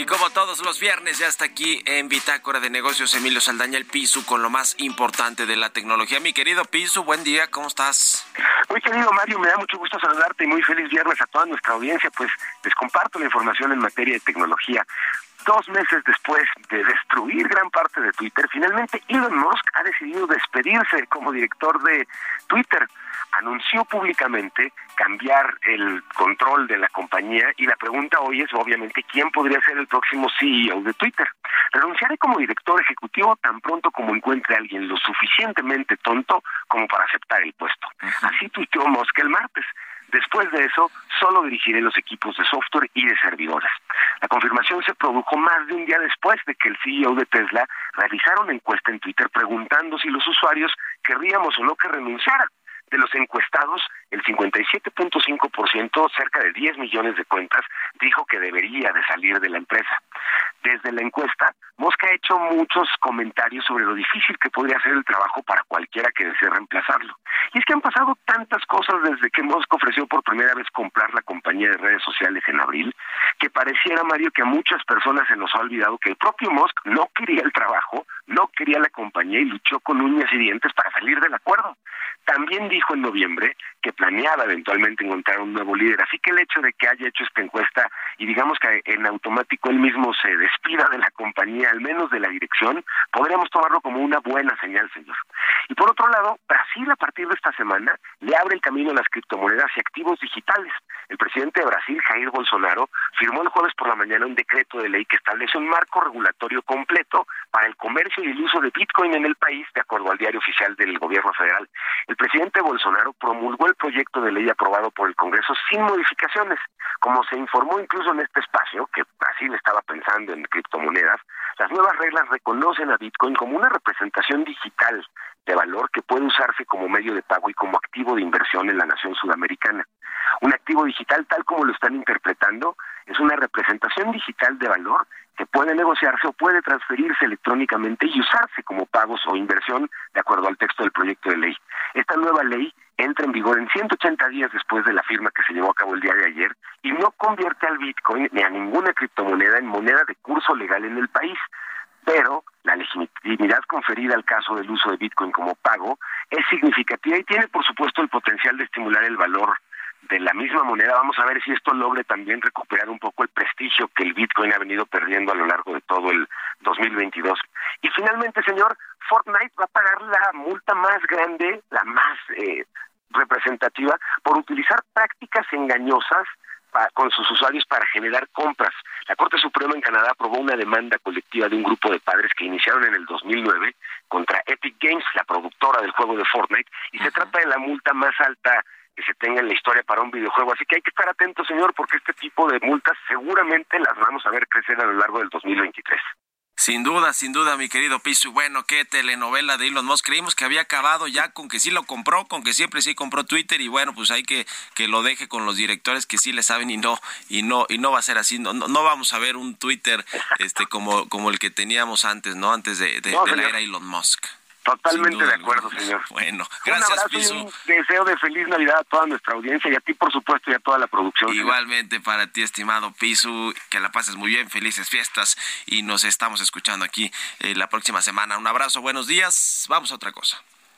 Y como todos los viernes, ya está aquí en Bitácora de Negocios Emilio Saldaña, el Pisu, con lo más importante de la tecnología. Mi querido Pisu, buen día, ¿cómo estás? Muy querido Mario, me da mucho gusto saludarte y muy feliz viernes a toda nuestra audiencia. Pues les comparto la información en materia de tecnología. Dos meses después de destruir gran parte de Twitter, finalmente Elon Musk ha decidido despedirse como director de Twitter. Anunció públicamente cambiar el control de la compañía y la pregunta hoy es obviamente quién podría ser el próximo C E O de Twitter. Renunciaré como director ejecutivo tan pronto como encuentre a alguien lo suficientemente tonto como para aceptar el puesto. Uh-huh. Así tuiteó Musk el martes. Después de eso, solo dirigiré los equipos de software y de servidores. La confirmación se produjo más de un día después de que el C E O de Tesla realizara una encuesta en Twitter preguntando si los usuarios querríamos o no que renunciara. De los encuestados, el cincuenta y siete punto cinco por ciento, cerca de diez millones de cuentas, dijo que debería de salir de la empresa. Desde la encuesta, Musk ha hecho muchos comentarios sobre lo difícil que podría ser el trabajo para cualquiera que desee reemplazarlo. Y es que han pasado tantas cosas desde que Musk ofreció por primera vez comprar la compañía de redes sociales en abril, que pareciera, Mario, que a muchas personas se nos ha olvidado que el propio Musk no quería el trabajo, no quería la compañía y luchó con uñas y dientes para salir del acuerdo. También dijo en noviembre que planeaba eventualmente encontrar un nuevo líder, así que el hecho de que haya hecho esta encuesta y digamos que en automático él mismo se despida de la compañía, al menos de la dirección, podríamos tomarlo como una buena señal, señor. Y por otro lado, Brasil a partir de esta semana le abre el camino a las criptomonedas y activos digitales. El presidente de Brasil, Jair Bolsonaro, firmó el jueves por la mañana un decreto de ley que establece un marco regulatorio completo para el comercio y el uso de Bitcoin en el país, de acuerdo al diario oficial del gobierno federal. El presidente Bolsonaro promulgó el proyecto de ley aprobado por el Congreso sin modificaciones. Como se informó incluso en este espacio, que Brasil estaba pensando en criptomonedas, las nuevas reglas reconocen a Bitcoin como una representación digital de valor que puede usarse como medio de pago y como activo de inversión en la nación sudamericana. Un activo digital, tal como lo están interpretando, es una representación digital de valor que puede negociarse o puede transferirse electrónicamente y usarse como pagos o inversión de acuerdo al texto del proyecto de ley. Esta nueva ley entra en vigor en ciento ochenta días después de la firma que se llevó a cabo el día de ayer y no convierte al Bitcoin ni a ninguna criptomoneda en moneda de curso legal en el país. Pero la legitimidad conferida al caso del uso de Bitcoin como pago es significativa y tiene, por supuesto, el potencial de estimular el valor de la misma moneda. Vamos a ver si esto logre también recuperar un poco el prestigio que el Bitcoin ha venido perdiendo a lo largo de todo el dos mil veintidós. Y finalmente, señor, Fortnite va a pagar la multa más grande, la más eh, representativa, por utilizar prácticas engañosas con sus usuarios para generar compras. La Corte Suprema en Canadá aprobó una demanda colectiva de un grupo de padres que iniciaron en el dos mil nueve contra Epic Games, la productora del juego de Fortnite, y uh-huh. se trata de la multa más alta que se tenga en la historia para un videojuego. Así que hay que estar atentos, señor, porque este tipo de multas seguramente las vamos a ver crecer a lo largo del dos mil veintitrés. Sin duda, sin duda, mi querido Pisu. Bueno, qué telenovela de Elon Musk. Creímos que había acabado ya con que sí lo compró, con que siempre sí compró Twitter y bueno, pues hay que que lo deje con los directores que sí le saben y no y no y no va a ser así. No, no, no vamos a ver un Twitter este como como el que teníamos antes, ¿no? Antes de, de, no, de la era Elon Musk. Totalmente de acuerdo, alguna. señor. Bueno, gracias, Pisu. Un deseo de feliz Navidad a toda nuestra audiencia y a ti, por supuesto, y a toda la producción. Igualmente señor. Para ti, estimado Pisu, que la pases muy bien, felices fiestas y nos estamos escuchando aquí eh, la próxima semana. Un abrazo, buenos días. Vamos a otra cosa.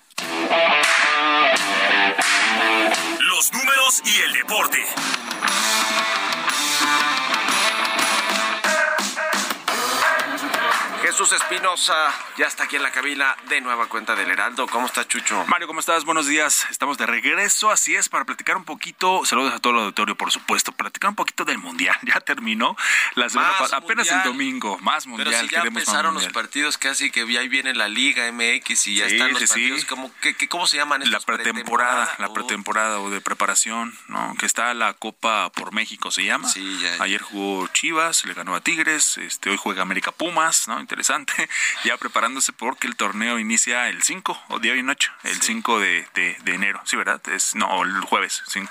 Los números y el deporte. Jesús Espinosa ya está aquí en la cabina de Nueva Cuenta del Heraldo. ¿Cómo estás, Chucho? Mario, ¿cómo estás? Buenos días. Estamos de regreso, así es, para platicar un poquito, saludos a todo el auditorio, por supuesto, platicar un poquito del Mundial. Ya terminó la semana pasada, apenas el domingo, más Mundial. Pero si ya empezaron los partidos casi, que ya ahí viene la Liga M X y ya sí, están los sí, partidos, sí. ¿Cómo, qué, qué, ¿cómo se llaman estos? La pretemporada, la pretemporada o de preparación, ¿no? Que está la Copa por México, se llama. Sí, ya, ya. Ayer jugó Chivas, le ganó a Tigres, este hoy juega América Pumas, ¿no? Interesante, ya preparándose porque el torneo inicia el cinco, o día y noche, el sí. cinco de, de, de enero, ¿sí, verdad? Es, no, el jueves cinco.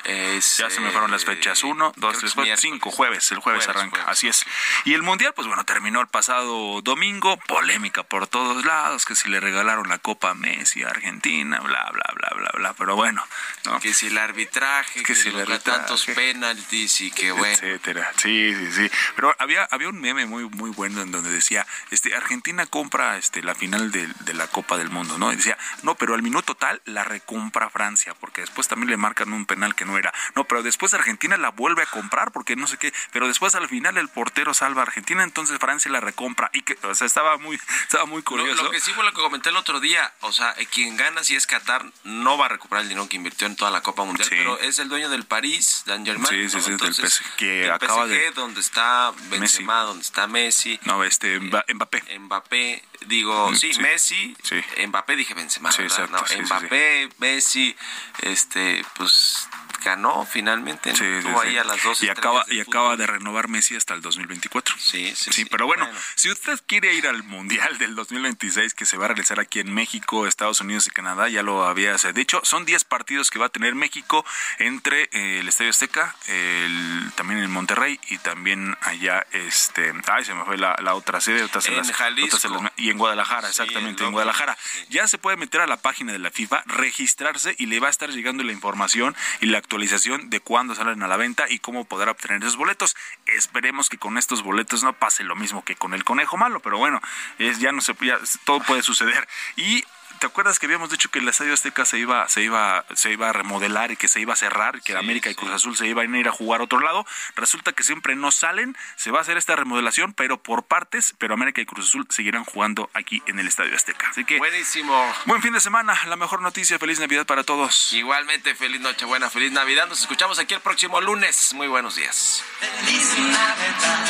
Es, ya se me fueron las fechas. Uno, dos, tres, cuatro, cinco. Jueves. El jueves, jueves arranca. Jueves. Así es. Y el Mundial, pues bueno, terminó el pasado domingo. Polémica por todos lados. Que si le regalaron la Copa a Messi a Argentina, bla, bla, bla, bla, bla. Pero bueno. ¿no? Que si el arbitraje, que, que si los tantos penaltis y que bueno. Etcétera. Sí, sí, sí. Pero había, había un meme muy, muy bueno en donde decía, este, Argentina compra este, la final de, de la Copa del Mundo, ¿no? Y decía, no, pero al minuto tal la recompra Francia, porque después también le marcan un penal que no era. No, pero después Argentina la vuelve a comprar porque no sé qué, pero después al final el portero salva a Argentina, entonces Francia la recompra y que, o sea, estaba muy, estaba muy curioso. Lo, lo que sí fue lo que comenté el otro día, o sea, quien gana si es Qatar no va a recuperar el dinero que invirtió en toda la Copa Mundial, sí. pero es el dueño del París, Saint-Germain. Sí, sí, ¿no? sí, entonces, del P S G, que del acaba P S G, de donde está Benzema, Messi. donde está Messi. No, este Mbappé. Mbappé, digo, sí, sí. Messi, sí. Mbappé, dije Benzema, sí, ¿verdad? exacto, No, sí, Mbappé, sí, sí. Messi, este, pues ganó finalmente, sí, estuvo sí, ahí sí. a las dos y acaba y acaba de renovar Messi hasta el dos mil veinticuatro. Sí, sí, sí. sí pero bueno, bueno, si usted quiere ir al Mundial del dos mil veintiséis que se va a realizar aquí en México, Estados Unidos y Canadá, ya lo había dicho, son diez partidos que va a tener México entre eh, el Estadio Azteca, el, también en Monterrey y también allá, este, ay, se me fue la, la otra sede, otras en las, Jalisco otras las, y en Guadalajara, sí, exactamente, en, en Guadalajara. Sí. Ya se puede meter a la página de la FIFA, registrarse y le va a estar llegando la información y la actualización de cuándo salen a la venta y cómo poder obtener esos boletos. Esperemos que con estos boletos no pase lo mismo que con el conejo malo, pero bueno, es, ya no se ya, todo puede suceder. Y ¿te acuerdas que habíamos dicho que el Estadio Azteca se iba, se iba, se iba a remodelar y que se iba a cerrar, que sí, América y Cruz sí. Azul se iban a ir a jugar a otro lado? Resulta que siempre no salen, se va a hacer esta remodelación, pero por partes, pero América y Cruz Azul seguirán jugando aquí en el Estadio Azteca. Así que buenísimo. Buen fin de semana, la mejor noticia, feliz Navidad para todos. Igualmente, feliz Nochebuena, feliz Navidad. Nos escuchamos aquí el próximo lunes. Muy buenos días. Feliz Navidad.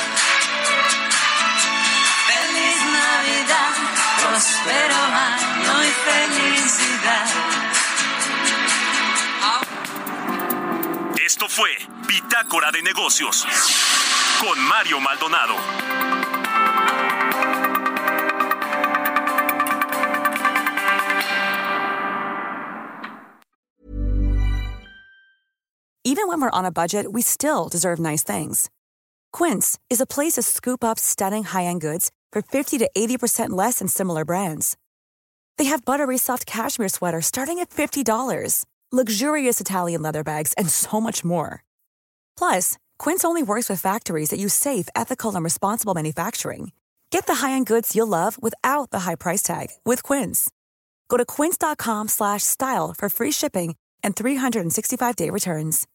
Feliz Navidad, próspero año y felicidad. Esto fue Bitácora de Negocios con Mario Maldonado. Even when we're on a budget, we still deserve nice things. Quince is a place to scoop up stunning high-end goods for fifty to eighty percent less than similar brands. They have buttery soft cashmere sweaters starting at fifty dollars, luxurious Italian leather bags, and so much more. Plus, Quince only works with factories that use safe, ethical, and responsible manufacturing. Get the high-end goods you'll love without the high price tag with Quince. Go to quince.com slash style for free shipping and three sixty-five day returns.